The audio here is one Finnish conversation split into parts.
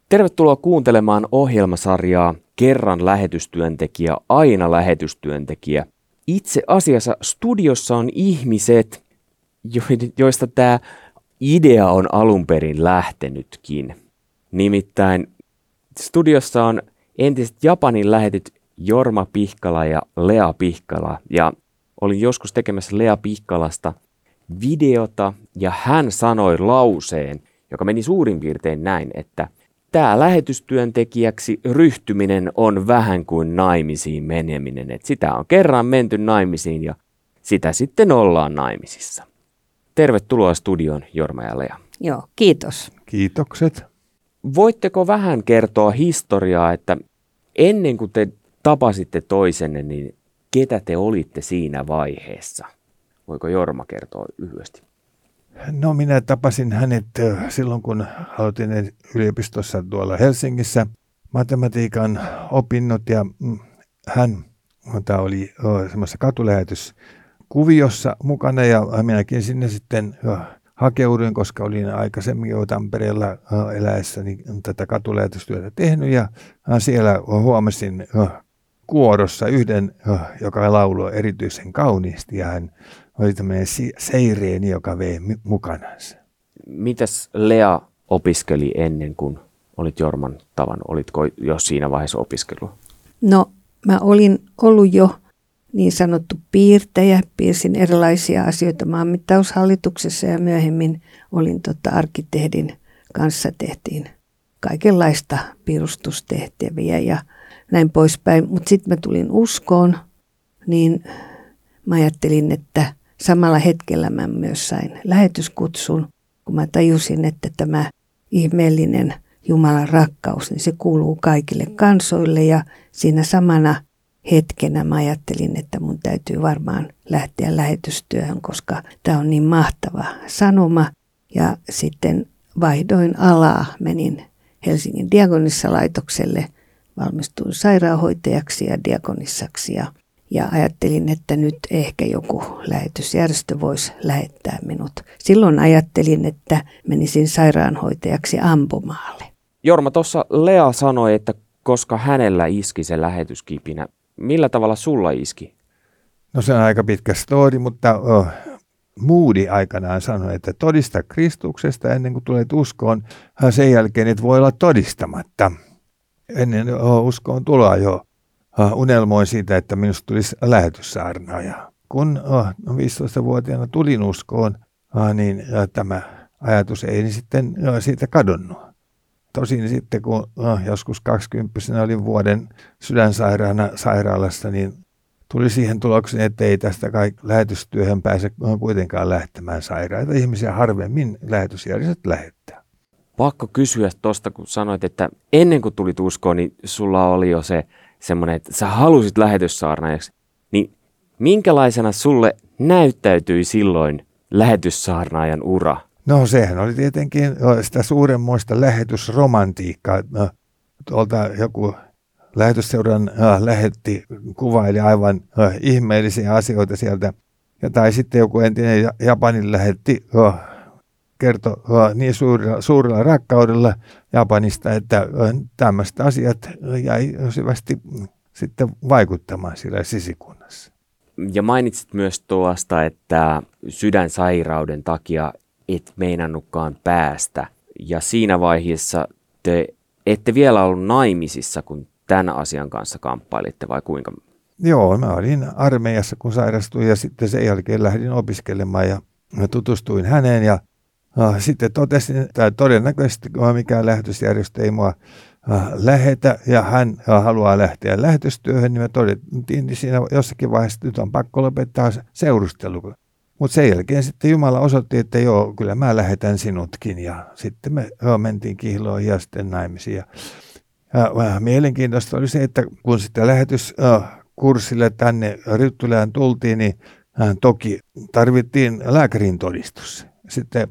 Tervetuloa kuuntelemaan ohjelmasarjaa Kerran lähetystyöntekijä, aina lähetystyöntekijä. Itse asiassa studiossa on ihmiset, joista tämä idea on alun perin lähtenytkin. Nimittäin studiossa on entiset Japanin lähetyt Jorma Pihkala ja Lea Pihkala. Ja olin joskus tekemässä Lea Pihkalasta videota ja hän sanoi lauseen, joka meni suurin piirtein näin, että tämä lähetystyöntekijäksi ryhtyminen on vähän kuin naimisiin meneminen. Et sitä on kerran menty naimisiin ja sitä sitten ollaan naimisissa. Tervetuloa studioon, Jorma ja Lea. Joo, kiitos. Kiitokset. Voitteko vähän kertoa historiaa, että ennen kuin te tapasitte toisenne, niin ketä te olitte siinä vaiheessa? Voiko Jorma kertoa lyhyesti? No minä tapasin hänet silloin, kun aloitin yliopistossa tuolla Helsingissä matematiikan opinnot ja hän oli semmoisessa katulähetyskuviossa mukana ja minäkin sinne sitten hakeuduin, koska olin aikaisemmin jo Tampereella eläessäni tätä katulähetystyötä tehnyt ja siellä huomasin kuorossa yhden, joka lauloi erityisen kauniisti ja hän oli tämmöinen seireeni, joka vei mukanansa. Mitäs Lea opiskeli ennen kuin olit Jorman tavannut? Olitko jo siinä vaiheessa opiskelua? No mä olin ollut jo niin sanottu piirtäjä, piirsin erilaisia asioita maanmittaushallituksessa ja myöhemmin olin arkkitehdin kanssa tehtiin kaikenlaista piirustustehtäviä ja näin poispäin. Mutta sitten mä tulin uskoon, niin mä ajattelin, että samalla hetkellä mä myös sain lähetyskutsun, kun mä tajusin, että tämä ihmeellinen Jumalan rakkaus, niin se kuuluu kaikille kansoille ja siinä samana hetkenä mä ajattelin, että mun täytyy varmaan lähteä lähetystyöhön, koska tämä on niin mahtava sanoma. Ja sitten vaihdoin alaa, menin Helsingin Diakonissalaitokselle, valmistuin sairaanhoitajaksi ja diakonissaksi ja ajattelin, että nyt ehkä joku lähetysjärjestö voisi lähettää minut. Silloin ajattelin, että menisin sairaanhoitajaksi ampumaalle. Jorma, tuossa Lea sanoi, että koska hänellä iski se lähetyskipinä, millä tavalla sulla iski? No se on aika pitkä story, mutta Moody aikanaan sanoi, että todista Kristuksesta ennen kuin tulet uskoon, sen jälkeen et voi olla todistamatta. Ennen uskoon tuloa jo unelmoin siitä, että minusta tulisi lähetyssaarnaaja. Kun 15-vuotiaana tulin uskoon, niin tämä ajatus ei sitten siitä kadonnut. Tosin sitten kun joskus 20-vuotiaana olin vuoden sydänsairaana sairaalassa, niin tuli siihen tulokseen, että ei tästä lähetystyöhön pääse kuitenkaan lähtemään sairaita ihmisiä. Harvemmin lähetysjärjestöt lähettää. Pakko kysyä tuosta, kun sanoit, että ennen kuin tulit uskoon, niin sulla oli jo se semmoinen, että sä halusit lähetyssaarnaajaksi. Niin minkälaisena sulle näyttäytyi silloin lähetyssaarnaajan ura? No sehän oli tietenkin sitä suuremmoista lähetysromantiikkaa. Tuolta joku lähetysseuran lähetti, kuvaili aivan ihmeellisiä asioita sieltä. Tai sitten joku entinen Japanin lähetti kertoi niin suurella rakkaudella Japanista, että tämmöiset asiat jäi syvästi sitten vaikuttamaan siellä sisikunnassa. Ja mainitsit myös tuosta, että sydänsairauden takia et meinannutkaan päästä. Ja siinä vaiheessa te ette vielä ollut naimisissa, kun tämän asian kanssa kamppailitte, vai kuinka? Joo, mä olin armeijassa, kun sairastuin ja sitten sen jälkeen lähdin opiskelemaan ja tutustuin häneen ja sitten totesin, että todennäköisesti mikään lähetysjärjestö ei mua lähetä ja hän haluaa lähteä lähetystyöhön, niin me todettiin siinä jossakin vaiheessa, että nyt on pakko lopettaa seurustelu. Mutta sen jälkeen sitten Jumala osoitti, että joo, kyllä mä lähetän sinutkin ja sitten me mentiin kihloon ja sitten naimisiin. Ja mielenkiintoista oli se, että kun sitten lähetyskurssille tänne Ryttylään tultiin, niin toki tarvittiin lääkärin todistus. Sitten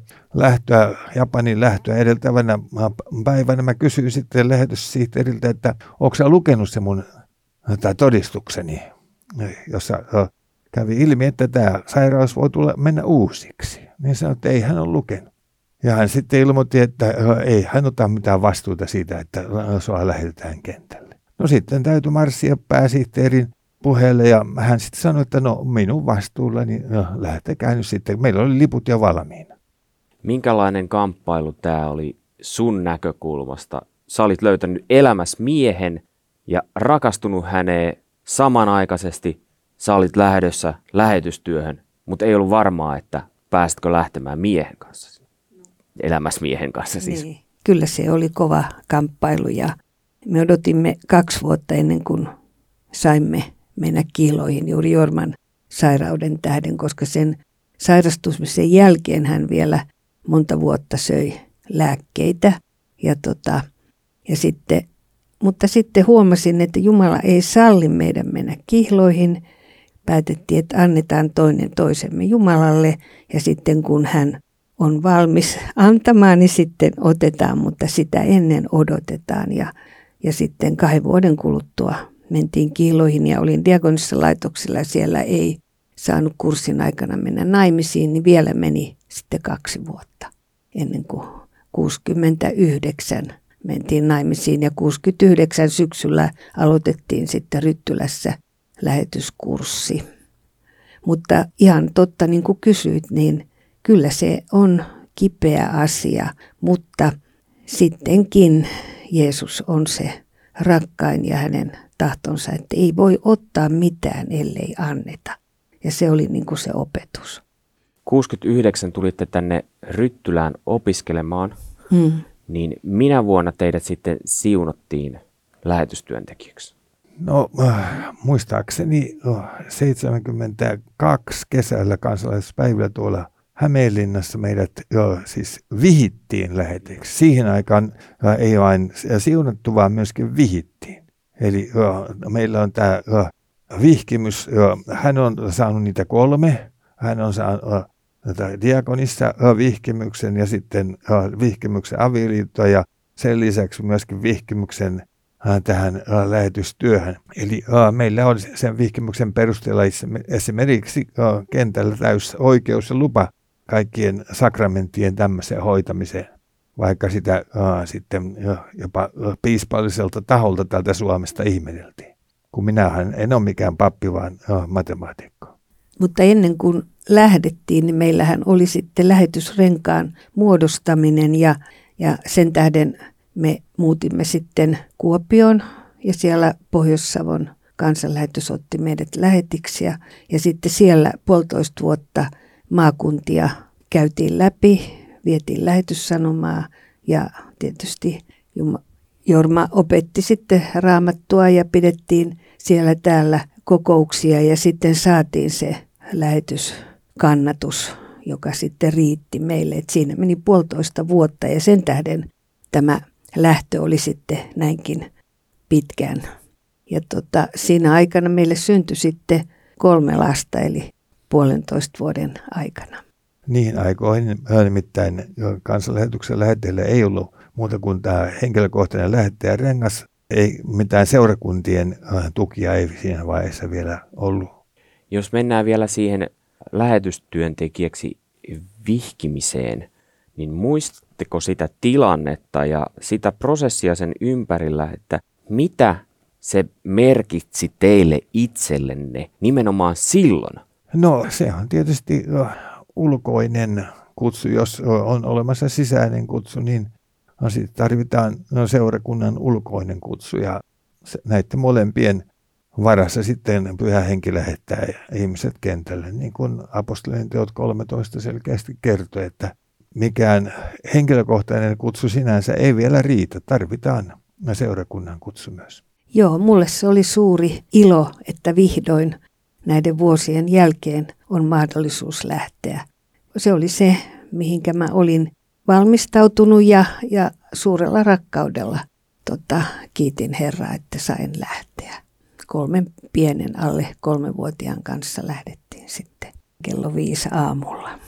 Japanin lähtöä edeltävänä päivänä mä kysyin sitten lähetyssihteeriltä, että onko sä lukenut se mun todistukseni, jossa kävi ilmi, että tämä sairaus voi mennä uusiksi. Niin sanoin, että ei hän ole lukenut. Ja hän sitten ilmoitti, että ei hän ota mitään vastuuta siitä, että sua lähetetään kentälle. No sitten täytyi marssia pääsihteerin puheelle ja hän sitten sanoi, että no minun vastuullani, lähtekää nyt sitten. Meillä oli liput jo valmiina. Minkälainen kamppailu tämä oli sun näkökulmasta? Sä olit löytänyt elämässä miehen ja rakastunut häneen samanaikaisesti. Sä olit lähdössä lähetystyöhön, mutta ei ollut varmaa, että pääsitkö lähtemään miehen kanssa. Elämässä miehen kanssa siis. Niin. Kyllä se oli kova kamppailu ja me odotimme 2 vuotta ennen kuin saimme mennä kiiloihin juuri Jorman sairauden tähden, koska sen sairastumisen jälkeen hän vielä monta vuotta söi lääkkeitä. Mutta sitten huomasin, että Jumala ei salli meidän mennä kihloihin. Päätettiin, että annetaan toinen toisemme Jumalalle ja sitten kun hän on valmis antamaan, niin sitten otetaan, mutta sitä ennen odotetaan. Ja sitten 2 vuoden kuluttua mentiin kiiloihin ja olin diakonisessa laitoksella ja siellä ei saanut kurssin aikana mennä naimisiin, niin vielä meni sitten 2 vuotta ennen kuin 69 mentiin naimisiin ja 69 syksyllä aloitettiin sitten Ryttylässä lähetyskurssi. Mutta ihan totta, niin kuin kysyit, niin kyllä se on kipeä asia, mutta sittenkin Jeesus on se rakkain ja hänen tahtonsa, että ei voi ottaa mitään, ellei anneta. Ja se oli niin kuin se opetus. 69 tulitte tänne Ryttylään opiskelemaan, niin minä vuonna teidät sitten siunattiin lähetystyöntekijäksi? No muistaakseni 72 kesällä kansalaispäivillä tuolla Hämeenlinnassa meidät siis vihittiin läheteksi. Siihen aikaan ei vain siunattu, vaan myöskin vihittiin. Eli meillä on tämä vihkimys, hän on saanut niitä 3. Hän on saanut diakonissa vihkimyksen ja sitten vihkimyksen avioliittoa ja sen lisäksi myöskin vihkimyksen tähän lähetystyöhön. Eli meillä on sen vihkimyksen perusteella esimerkiksi kentällä täys oikeus ja lupa kaikkien sakramenttien tämmöiseen hoitamiseen, vaikka sitä sitten jopa piispalliselta taholta täältä Suomesta ihmeteltiin. Kun minähän en ole mikään pappi, vaan matemaatikko. Mutta ennen kuin lähdettiin, niin meillähän oli sitten lähetysrenkaan muodostaminen ja sen tähden me muutimme sitten Kuopioon ja siellä Pohjois-Savon kansanlähetys otti meidät lähetiksi ja sitten siellä 1,5 vuotta maakuntia käytiin läpi, vietiin lähetyssanomaa ja tietysti Jorma opetti sitten Raamattua ja pidettiin siellä täällä kokouksia ja sitten saatiin se lähetyskannatus, joka sitten riitti meille. Et siinä meni 1,5 vuotta ja sen tähden tämä lähtö oli sitten näinkin pitkään. Ja siinä aikana meille syntyi sitten 3 lasta, eli 1,5 vuoden aikana. Niihin aikoihin nimittäin kansanlähetyksen lähettäjillä ei ollut muuta kuin tämä henkilökohtainen lähettäjärengas. Ei mitään seurakuntien tukia ei siinä vaiheessa vielä ollut. Jos mennään vielä siihen lähetystyöntekijäksi vihkimiseen, niin muistatteko sitä tilannetta ja sitä prosessia sen ympärillä, että mitä se merkitsi teille itsellenne nimenomaan silloin? No se on tietysti ulkoinen kutsu. Jos on olemassa sisäinen kutsu, niin sitten tarvitaan seurakunnan ulkoinen kutsu ja näiden molempien varassa sitten Pyhä Henki lähettää ihmiset kentälle. Niin kuin apostolien teot 13 selkeästi kertoo, että mikään henkilökohtainen kutsu sinänsä ei vielä riitä. Tarvitaan seurakunnan kutsu myös. Joo, mulle se oli suuri ilo, että vihdoin näiden vuosien jälkeen on mahdollisuus lähteä. Se oli se, mihinkä mä olin valmistautunut ja suurella rakkaudella kiitin Herraa, että sain lähteä. 3 pienen alle 3-vuotiaan kanssa lähdettiin sitten kello 5 aamulla.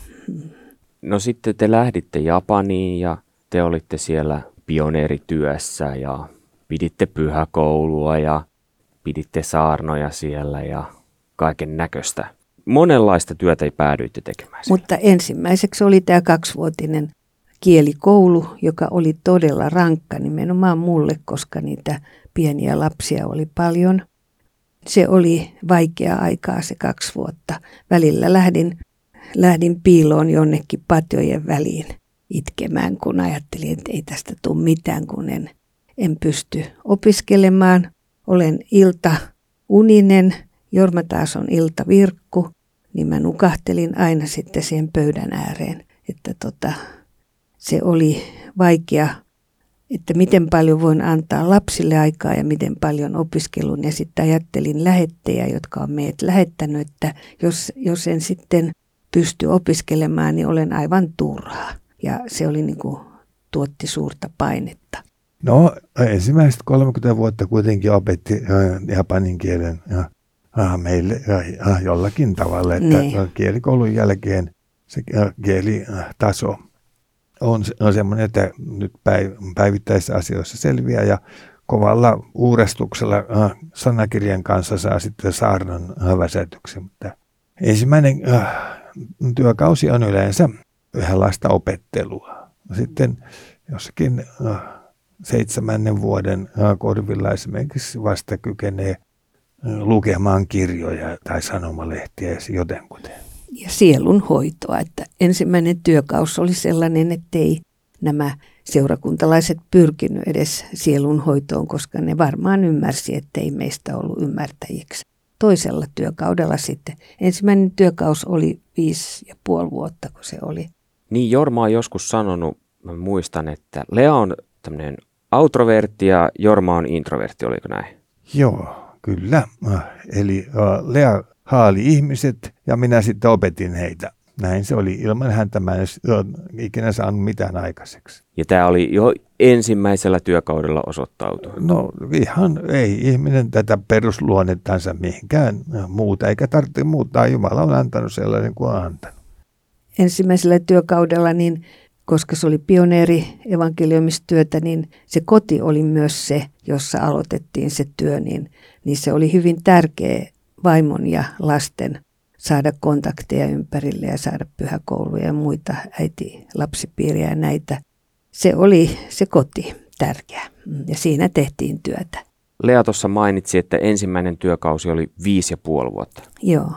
No sitten te lähditte Japaniin ja te olitte siellä pioneerityössä ja piditte pyhäkoulua ja piditte saarnoja siellä ja kaiken näköistä. Monenlaista työtä ei päädyitte tekemään siellä. Mutta ensimmäiseksi oli tämä 2-vuotinen kielikoulu, joka oli todella rankka nimenomaan mulle, koska niitä pieniä lapsia oli paljon. Se oli vaikeaa aikaa se 2 vuotta. Välillä lähdin piiloon jonnekin patjojen väliin itkemään, kun ajattelin, että ei tästä tule mitään, kun en pysty opiskelemaan. Olen iltauninen, Jorma taas on iltavirkku, niin mä nukahtelin aina sitten siihen pöydän ääreen. Että se oli vaikea, että miten paljon voin antaa lapsille aikaa ja miten paljon opiskelun. Ja sitten ajattelin lähettejä, jotka on meidät lähettänyt, että jos en sitten pysty opiskelemaan, niin olen aivan turhaa. Ja se oli tuotti suurta painetta. No ensimmäiset 30 vuotta kuitenkin opetti japanin kielen meille jollakin tavalla, että kielikoulun jälkeen se kielitaso on semmoinen, että nyt päivittäisissä asioissa selviää ja kovalla uurastuksella sanakirjan kanssa saa sitten saarnan väsätyksen. Mutta ensimmäinen työkausi on yleensä yhdenlaista opettelua. Sitten jossakin 7. vuoden korvilla esimerkiksi vasta kykenee lukemaan kirjoja tai sanomalehtiä jotenkuten. Ja sielunhoitoa, että ensimmäinen työkausi oli sellainen, ettei nämä seurakuntalaiset pyrkinyt edes sielunhoitoon, koska ne varmaan ymmärsi, ettei meistä ollut ymmärtäjiksi. Toisella työkaudella sitten. Ensimmäinen työkaus oli 5,5 vuotta, kun se oli. Niin Jorma on joskus sanonut, mä muistan, että Lea on tämmöinen outrovertti ja Jorma on introvertti, oliko näin? Joo, kyllä. Eli Lea haali ihmiset ja minä sitten opetin heitä. Näin se oli. Ilman häntä mä en ikinä saanut mitään aikaiseksi. Ja tämä oli jo ensimmäisellä työkaudella osoittautunut. No ihan ei ihminen tätä perusluonnettansa mihinkään muuta, eikä tarvitse muuttaa. Jumala on antanut sellainen kuin on antanut. Ensimmäisellä työkaudella, niin, koska se oli pioneeri evankeliumistyötä, niin se koti oli myös se, jossa aloitettiin se työ, niin se oli hyvin tärkeä vaimon ja lasten saada kontakteja ympärille ja saada pyhäkouluja ja muita äiti-lapsipiiriä ja näitä. Se oli se koti tärkeä ja siinä tehtiin työtä. Lea tuossa mainitsi, että ensimmäinen työkausi oli 5,5 vuotta. Joo.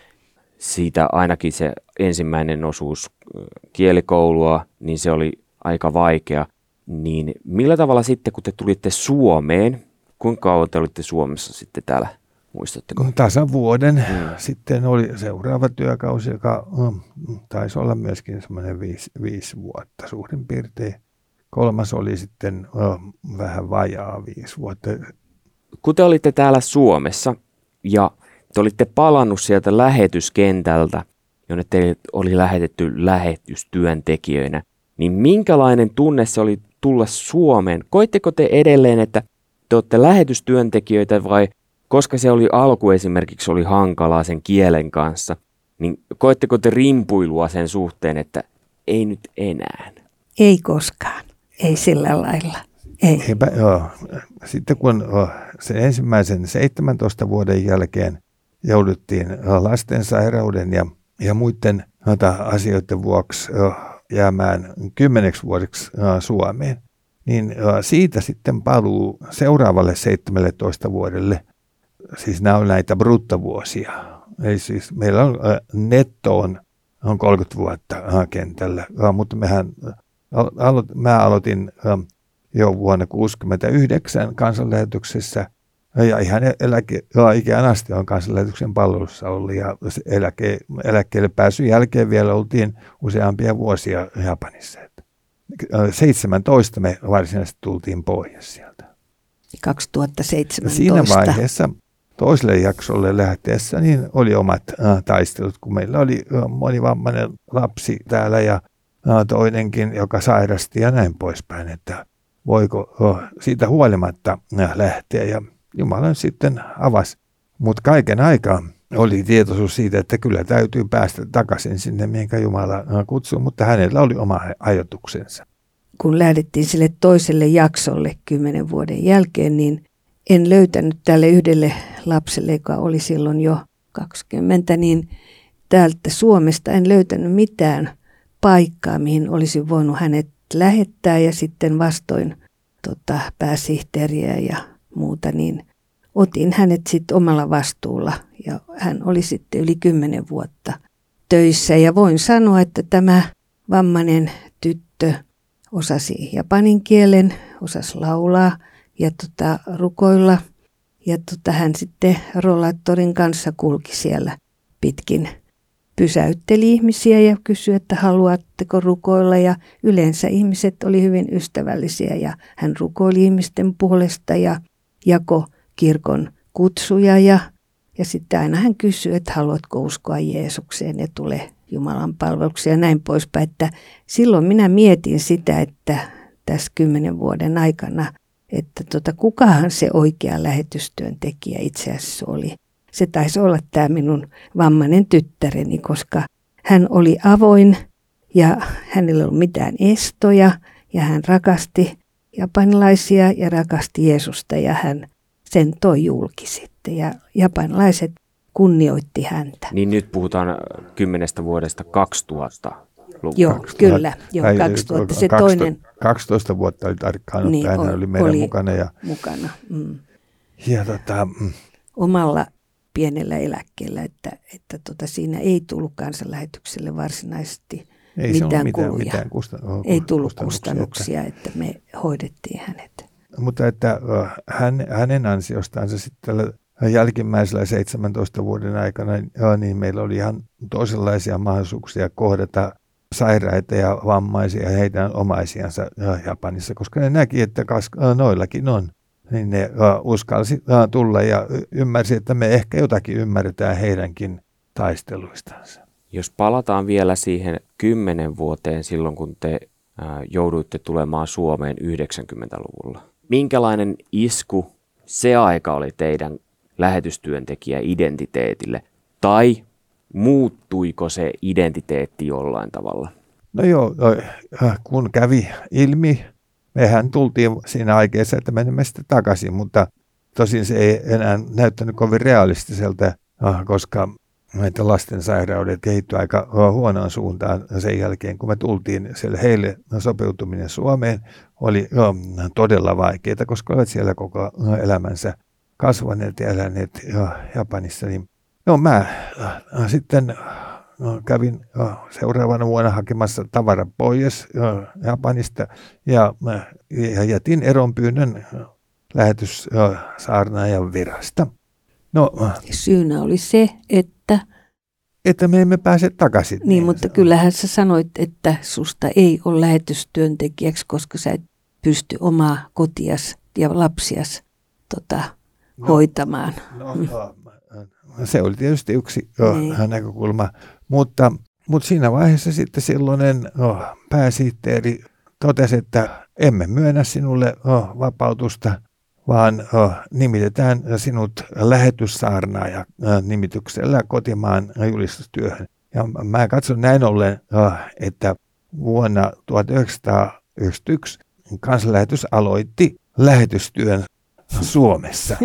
Siitä ainakin se ensimmäinen osuus kielikoulua, niin se oli aika vaikea. Niin millä tavalla sitten, kun te tulitte Suomeen, kuinka kauan te olitte Suomessa sitten täällä? Muistatteko? Tasan vuoden. Sitten oli seuraava työkausi, joka taisi olla myöskin semmoinen 5 vuotta suurin piirtein. 3. oli sitten vähän vajaa 5 vuotta. Kun te olitte täällä Suomessa ja te olitte palannut sieltä lähetyskentältä, jonne teille oli lähetetty lähetystyöntekijöinä, niin minkälainen tunne se oli tulla Suomeen? Koitteko te edelleen, että te olette lähetystyöntekijöitä vai koska se oli alku esimerkiksi oli hankalaa sen kielen kanssa, niin koetteko te rimpuilua sen suhteen, että ei nyt enää? Ei koskaan. Ei sillä lailla. Ei. Sitten kun sen ensimmäisen 17 vuoden jälkeen jouduttiin lastensairauden ja muiden asioiden vuoksi jäämään 10 vuodeksi Suomeen, niin siitä sitten paluu seuraavalle 17 vuodelle. Siis nämä on näitä bruttovuosia. Eli siis meillä on netto on 30 vuotta kentällä, mutta mä aloitin jo vuonna 1969 kansanlähetyksessä ja ihan ikään asti on kansanlähetyksen palvelussa ollut ja eläkkeelle pääsyn jälkeen vielä oltiin useampia vuosia Japanissa. 17 me varsinaisesti tultiin pois sieltä. 2017. Siinä vaiheessa toiselle jaksolle lähteessä niin oli omat taistelut, kun meillä oli monivammainen lapsi täällä ja toinenkin, joka sairasti ja näin poispäin, että voiko siitä huolimatta lähteä. Ja Jumala sitten avasi. Mutta kaiken aikaa oli tietoisuus siitä, että kyllä täytyy päästä takaisin sinne, mihinkä Jumala kutsui, mutta hänellä oli oma ajatuksensa. Kun lähdettiin sille toiselle jaksolle 10 vuoden jälkeen, niin en löytänyt tälle yhdelle lapselle, joka oli silloin jo 20, niin täältä Suomesta en löytänyt mitään paikkaa, mihin olisin voinut hänet lähettää ja sitten vastoin pääsihteeriä ja muuta, niin otin hänet sitten omalla vastuulla ja hän oli sitten yli 10 vuotta töissä. Ja voin sanoa, että tämä vammainen tyttö osasi japanin kielen, osasi laulaa ja rukoilla. Ja hän sitten rollaattorin kanssa kulki siellä pitkin. Pysäytteli ihmisiä ja kysyi, että haluatteko rukoilla. Ja yleensä ihmiset oli hyvin ystävällisiä ja hän rukoili ihmisten puolesta ja jakoi kirkon kutsuja. Ja sitten aina hän kysyi, että haluatko uskoa Jeesukseen ja tule Jumalan palvelukseen ja näin poispäin. Että silloin minä mietin sitä, että tässä 10 vuoden aikana, että kukahan se oikea lähetystyöntekijä itse asiassa oli. Se taisi olla tämä minun vammainen tyttäreni, koska hän oli avoin ja hänellä ei ollut mitään estoja ja hän rakasti japanilaisia ja rakasti Jeesusta ja hän sen toi julki sitten ja japanilaiset kunnioitti häntä. Niin nyt puhutaan 10 vuodesta 2000. Joo, 2000, kyllä. Joo, 2000. Se 12, toinen. 12 vuotta oli tarkkaan, niin, hän oli meidän mukana. Mukana. Ja omalla pienellä eläkkeellä, että siinä ei tullut kansanlähetykselle varsinaisesti mitään kuluja. Ei tullut kustannuksia, että me hoidettiin hänet. Mutta että hänen ansiostansa sitten jälkimmäisellä 17 vuoden aikana, niin meillä oli ihan toisenlaisia mahdollisuuksia kohdata sairaita ja vammaisia ja heidän omaisiansa Japanissa, koska ne näki, että noillakin on. Niin ne uskalsi tulla ja ymmärsi, että me ehkä jotakin ymmärretään heidänkin taisteluistansa. Jos palataan vielä siihen 10 vuoteen silloin, kun te jouduitte tulemaan Suomeen 90-luvulla. Minkälainen isku se aika oli teidän lähetystyöntekijä-identiteetille? Tai muuttuiko se identiteetti jollain tavalla? No joo, kun kävi ilmi, mehän tultiin siinä aikeessa, että menemme sitten takaisin, mutta tosin se ei enää näyttänyt kovin realistiselta, koska meitä lastensairaudet kehittyi aika huonoon suuntaan sen jälkeen, kun me tultiin. Siellä heille sopeutuminen Suomeen oli todella vaikeaa, koska olet siellä koko elämänsä kasvaneet ja eläneet Japanissa. Niin, mä sitten kävin seuraavana vuonna hakemassa tavaran pois Japanista ja jätin eronpyynnön lähetyssaarnaajan virasta. Syynä oli se, että me emme pääse takaisin. Niin, mutta kyllähän sä sanoit, että susta ei ole lähetystyöntekijäksi, koska sä et pysty omaa kotias ja lapsias hoitamaan. Se oli tietysti yksi näkökulma, mutta siinä vaiheessa sitten silloinen pääsihteeri totesi, että emme myönnä sinulle vapautusta, vaan nimitetään sinut lähetyssaarnaaja nimityksellä kotimaan julistustyöhön. Ja mä katson näin ollen, että vuonna 1991 kansanlähetys aloitti lähetystyön Suomessa.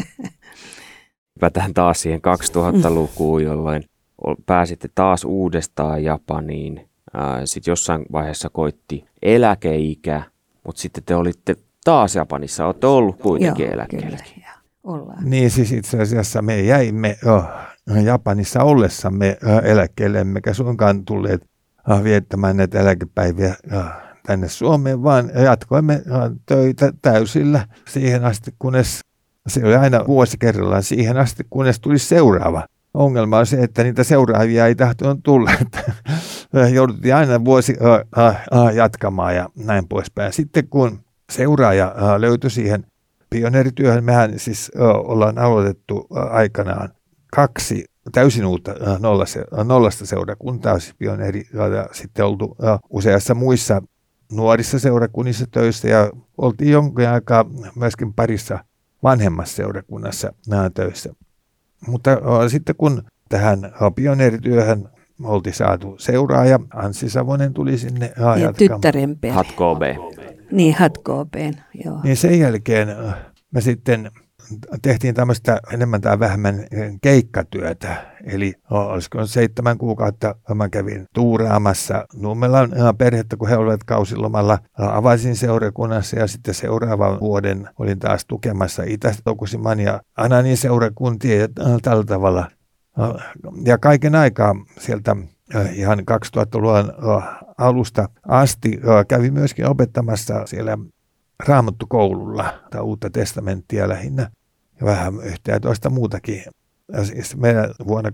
Hypätään taas siihen 2000-lukuun, jolloin pääsitte taas uudestaan Japaniin. Sitten jossain vaiheessa koitti eläkeikä, mutta sitten te olitte taas Japanissa. Olette ollut kuitenkin eläkkeellä. Niin siis itse asiassa me jäimme Japanissa ollessamme eläkkeelle, emmekä suinkaan tulleet viettämään näitä eläkepäiviä tänne Suomeen, vaan jatkoimme töitä täysillä siihen asti, kunnes se oli aina vuosi kerrallaan siihen asti, kunnes tuli seuraava. Ongelma on se, että niitä seuraavia ei tahtonut tulla. Jouduttiin aina vuosi jatkamaan ja näin poispäin. Sitten kun seuraaja löytyi siihen pioneerityöhön, mehän siis ollaan aloitettu aikanaan 2 täysin uutta nollasta seurakuntaa, siis pioneeri, ja sitten oltu useassa muissa nuorissa seurakunnissa töissä ja oltiin jonkin aikaa myöskin parissa vanhemmassa seurakunnassa töissä. Mutta sitten kun tähän pioneerityöhön oltiin saatu seuraaja, Anssi Savonen tuli sinne jatkamaan. Hatko B. Niin, Hatko B, joo. Niin sen jälkeen me sitten tehtiin tämmöistä enemmän tai vähemmän keikkatyötä. Eli olisiko 7 kuukautta mä kävin tuuraamassa Nummelan perhettä, kun he olivat kausilomalla. Avasin seurakunnassa ja sitten seuraavan vuoden olin taas tukemassa Itä-Tokusiman ja Ananin seurakuntia ja tällä tavalla. Ja kaiken aikaa sieltä ihan 2000-luvun alusta asti kävin myöskin opettamassa siellä Raamattukoululla tai Uutta testamenttia lähinnä ja vähän yhtä ja toista muutakin. Ja siis meidän vuonna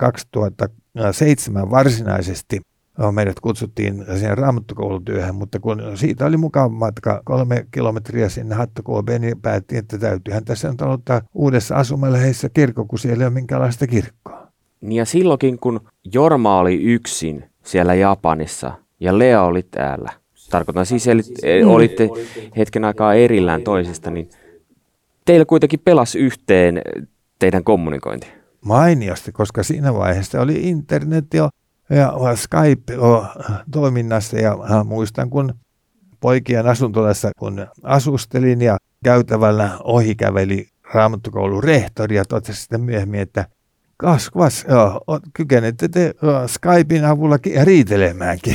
2007 varsinaisesti meidät kutsuttiin siihen Raamattukoulutyöhön, mutta kun siitä oli mukava matka 3 kilometriä sinne Hattokuopeen, niin päättiin, että täytyyhän tässä nyt aloittaa uudessa asumaläheisessä kirkko, kun siellä ei ole minkäänlaista kirkkoa. Ja silloinkin, kun Jorma oli yksin siellä Japanissa ja Lea oli täällä, tarkoitan siis, olitte hetken aikaa erillään toisista, niin teillä kuitenkin pelasi yhteen teidän kommunikointi. Mainiosti, koska siinä vaiheessa oli internet ja Skype toiminnassa ja muistan, kun poikien asuntolassa kun asustelin ja käytävällä ohikäveli Raamattukoulun rehtori ja totesi sitten myöhemmin, että kasvas, kykenette te Skypein avulla riitelemäänkin.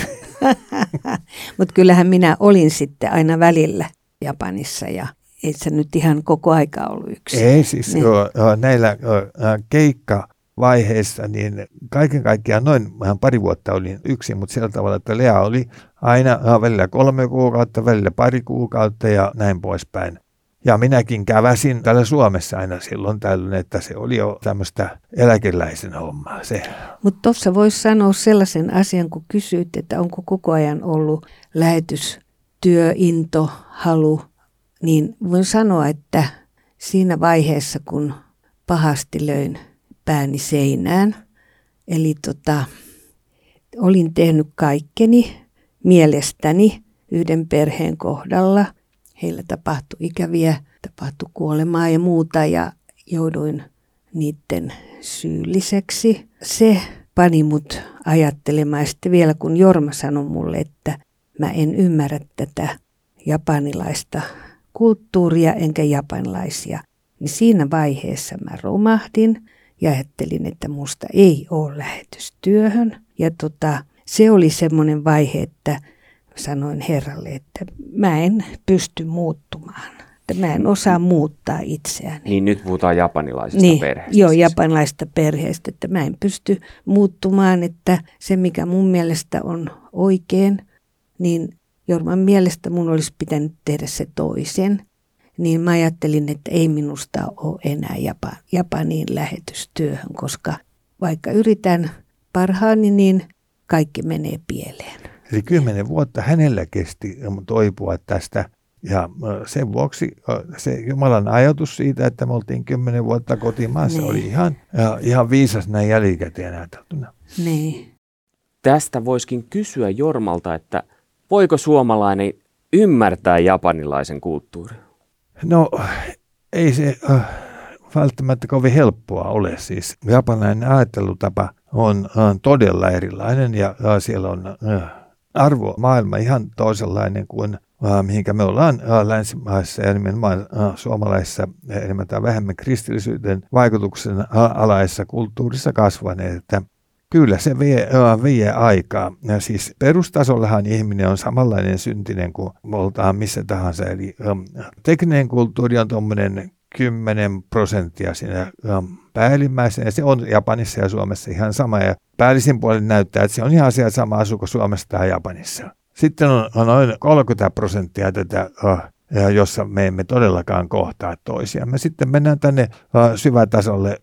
Mutta kyllähän minä olin sitten aina välillä Japanissa ja ei se nyt ihan koko aika ollut yksin. Ei siis näillä keikkavaiheissa, niin kaiken kaikkiaan noin vähän pari vuotta olin yksin, mutta sillä tavalla, että Lea oli aina välillä 3 kuukautta, välillä pari kuukautta ja näin poispäin. Ja minäkin käväsin täällä Suomessa aina silloin tällöin, että se oli jo tämmöistä eläkeläisen hommaa se. Mutta tuossa voisi sanoa sellaisen asian, kun kysyit, että onko koko ajan ollut lähetystyö, into, halu, niin voin sanoa, että siinä vaiheessa, kun pahasti löin pääni seinään, eli olin tehnyt kaikkeni mielestäni yhden perheen kohdalla. Heillä tapahtui kuolemaa ja muuta ja jouduin niiden syylliseksi. Se pani mut ajattelemaan ja sitten vielä kun Jorma sanoi mulle, että mä en ymmärrä tätä japanilaista kulttuuria enkä japanilaisia, niin siinä vaiheessa mä romahdin ja ajattelin, että musta ei ole lähetystyöhön. Ja se oli semmoinen vaihe, että sanoin Herralle, että mä en pysty muuttumaan. Että mä en osaa muuttaa itseäni. Niin nyt puhutaan japanilaisesta perheestä. Joo, japanilaisesta perheestä, että mä en pysty muuttumaan, että se mikä mun mielestä on oikein, niin Jorman mielestä mun olisi pitänyt tehdä se toisen. Niin mä ajattelin, että ei minusta ole enää Japaniin lähetystyöhön, koska vaikka yritän parhaani, niin kaikki menee pieleen. Eli 10 vuotta hänellä kesti toipua tästä ja sen vuoksi se Jumalan ajatus siitä, että me oltiin 10 vuotta kotimaassa oli ihan viisas näin jälkikäteen ajateltuna. Niin. Tästä voisikin kysyä Jormalta, että voiko suomalainen ymmärtää japanilaisen kulttuurin? No ei se välttämättä kovin helppoa ole. Siis japanilainen ajattelutapa on todella erilainen ja siellä on arvomaailma ihan toisenlainen kuin mihinkä me ollaan länsimaissa ja nimenomaan suomalaisissa enemmän tai vähemmän kristillisyyden vaikutuksen alaisessa kulttuurissa kasvaneet. Että kyllä se vie aikaa. Ja siis perustasollahan ihminen on samanlainen syntinen kuin me oltaan missä tahansa. Eli tekninen kulttuuri on tuommoinen 10% siinä päällimmäisenä, ja se on Japanissa ja Suomessa ihan sama. Ja päällisin puolin näyttää, että se on ihan asiat sama asuko Suomessa tai Japanissa. Sitten on noin 30% tätä, jossa me emme todellakaan kohtaa toisiamme. Sitten mennään tänne syvätasolle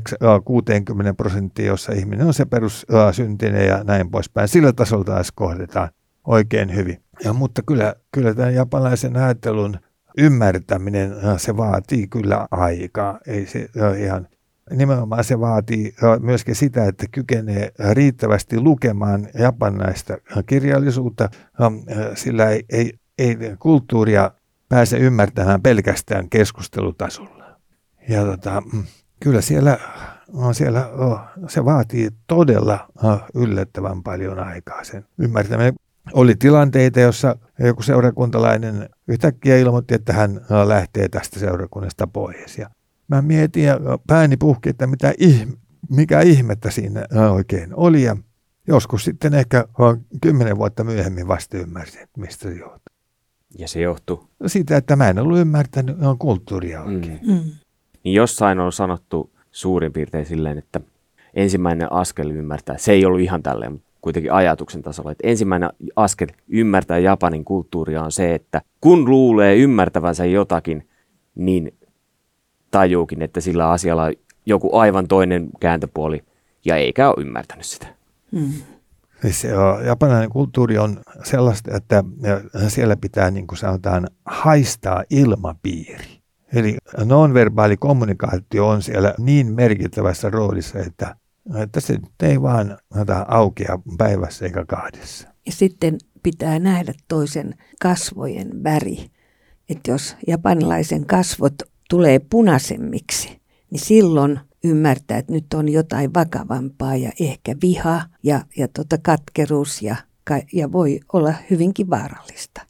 60%, jossa ihminen on se perussyntinen ja näin poispäin. Sillä tasolla taas kohdetaan oikein hyvin. Mutta kyllä tämän japanilaisen ajattelun ymmärtäminen, se vaatii kyllä aikaa. Ei se ihan, nimenomaan se vaatii myöskin sitä, että kykenee riittävästi lukemaan japanilaista kirjallisuutta, sillä ei kulttuuria pääse ymmärtämään pelkästään keskustelutasolla. Ja kyllä siellä se vaatii todella yllättävän paljon aikaa sen ymmärtäminen. Oli tilanteita, jossa joku seurakuntalainen yhtäkkiä ilmoitti, että hän lähtee tästä seurakunnasta pois. Ja mä mietin ja pääni puhki, että mikä ihmettä siinä oikein oli. Ja joskus sitten ehkä 10 vuotta myöhemmin vasta ymmärsin, että mistä se johtuu. Ja se johtuu? Siitä, että mä en ollut ymmärtänyt kulttuuria oikein. Niin jossain on sanottu suurin piirtein silleen, että ensimmäinen askel ymmärtää, se ei ollut ihan tälleen, mutta kuitenkin ajatuksen tasolla, että ensimmäinen askel ymmärtää Japanin kulttuuria on se, että kun luulee ymmärtävänsä jotakin, niin tajuukin, että sillä asialla on joku aivan toinen kääntöpuoli ja eikä ole ymmärtänyt sitä. Siis japanilainen kulttuuri on sellaista, että siellä pitää, niin kuin sanotaan, haistaa ilmapiiri. Eli non-verbaali kommunikaatio on siellä niin merkittävässä roolissa, että se ei vaan aukea päivässä eikä 2. Ja sitten pitää nähdä toisen kasvojen väri. Että jos japanilaisen kasvot tulee punaisemmiksi, niin silloin ymmärtää, että nyt on jotain vakavampaa ja ehkä viha ja katkeruus ja voi olla hyvinkin vaarallista.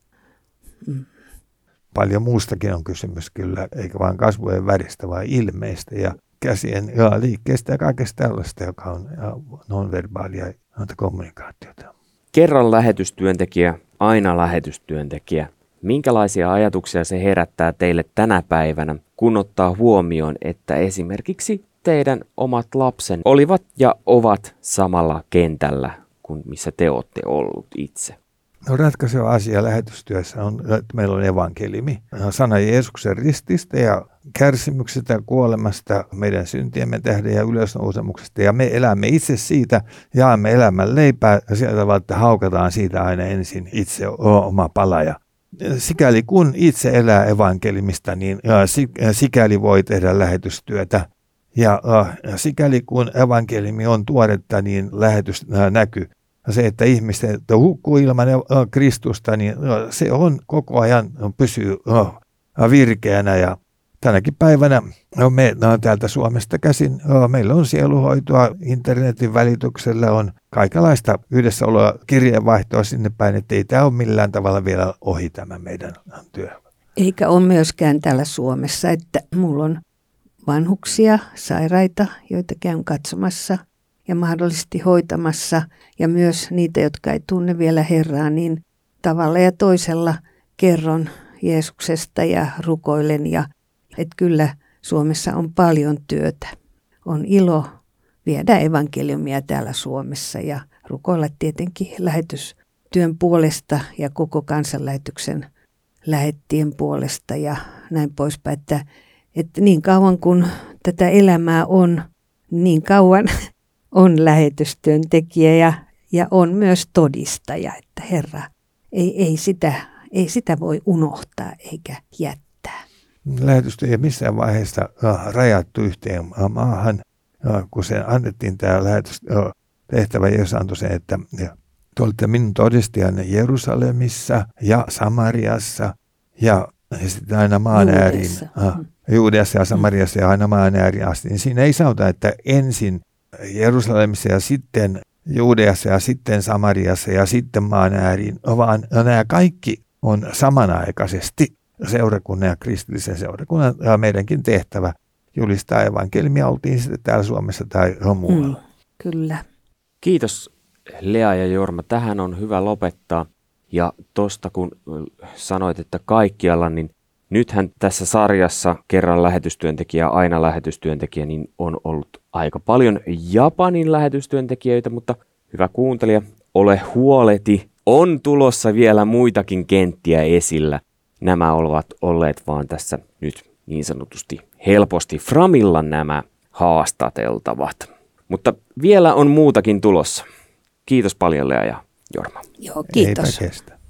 Paljon muustakin on kysymys kyllä, eikä vain kasvojen väristä, vaan ilmeistä ja käsien liikkeestä ja kaikesta tällaista, joka on non-verbaalia kommunikaatiota. Kerran lähetystyöntekijä, aina lähetystyöntekijä. Minkälaisia ajatuksia se herättää teille tänä päivänä, kun ottaa huomioon, että esimerkiksi teidän omat lapsen olivat ja ovat samalla kentällä kuin missä te olette ollut itse? No, ratkaiseva asia lähetystyössä on, että meillä on evankeliumi. Sana Jeesuksen rististä ja kärsimyksestä ja kuolemasta, meidän syntiemme tähden ja ylösnousemuksesta. Ja me elämme itse siitä, jaamme elämän leipää ja sieltä tavalla, että haukataan siitä aina ensin itse oma pala. Ja sikäli kun itse elää evankelimista, niin sikäli voi tehdä lähetystyötä. Ja sikäli kun evankeliumi on tuoretta, niin lähetys näkyy. Se, että ihmiset hukkuu ilman Kristusta, niin se on koko ajan pysyy virkeänä. Ja tänäkin päivänä me täältä Suomesta käsin, meillä on sieluhoitoa internetin välityksellä, on kaikenlaista yhdessäoloa, kirjeenvaihtoa sinne päin, että ei tämä ole millään tavalla vielä ohi tämä meidän työ. Eikä ole myöskään täällä Suomessa, että mulla on vanhuksia, sairaita, joita käyn katsomassa ja mahdollisesti hoitamassa, ja myös niitä, jotka ei tunne vielä Herraa, niin tavalla ja toisella kerron Jeesuksesta ja rukoilen. Ja että kyllä Suomessa on paljon työtä. On ilo viedä evankeliumia täällä Suomessa ja rukoilla tietenkin lähetystyön puolesta ja koko kansanlähetyksen lähettien puolesta ja näin poispäin, että niin kauan kun tätä elämää on, niin kauan on lähetystyöntekijä ja on myös todistaja, että Herra ei sitä voi unohtaa eikä jättää. Lähetystyö ei missään vaiheessa rajattu yhteen maahan, kun se annettiin tämä lähetystehtävä, Jeesus antoi sen, että te olette minun todistajanne Jerusalemissa ja Samariassa ja sitten aina maan ääriin. Juudeassa ja Samariassa ja aina maan ääriin asti. Niin siinä ei sanota, että ensin Jerusalemissa ja sitten Juudeassa ja sitten Samariassa ja sitten maan ääriin, vaan nämä kaikki on samanaikaisesti seurakunnan ja kristillisen seurakunnan ja meidänkin tehtävä julistaa evankeliumia, oltiin sitten täällä Suomessa tai muualla. Kyllä. Kiitos Lea ja Jorma, tähän on hyvä lopettaa. Ja tosta kun sanoit, että kaikkialla, niin nythän tässä sarjassa kerran lähetystyöntekijä, aina lähetystyöntekijä, niin on ollut aika paljon Japanin lähetystyöntekijöitä, mutta hyvä kuuntelija, ole huoleti, on tulossa vielä muitakin kenttiä esillä. Nämä ovat olleet vaan tässä nyt niin sanotusti helposti framilla nämä haastateltavat. Mutta vielä on muutakin tulossa. Kiitos paljon Lea ja Jorma. Joo, kiitos. Eipä kestä.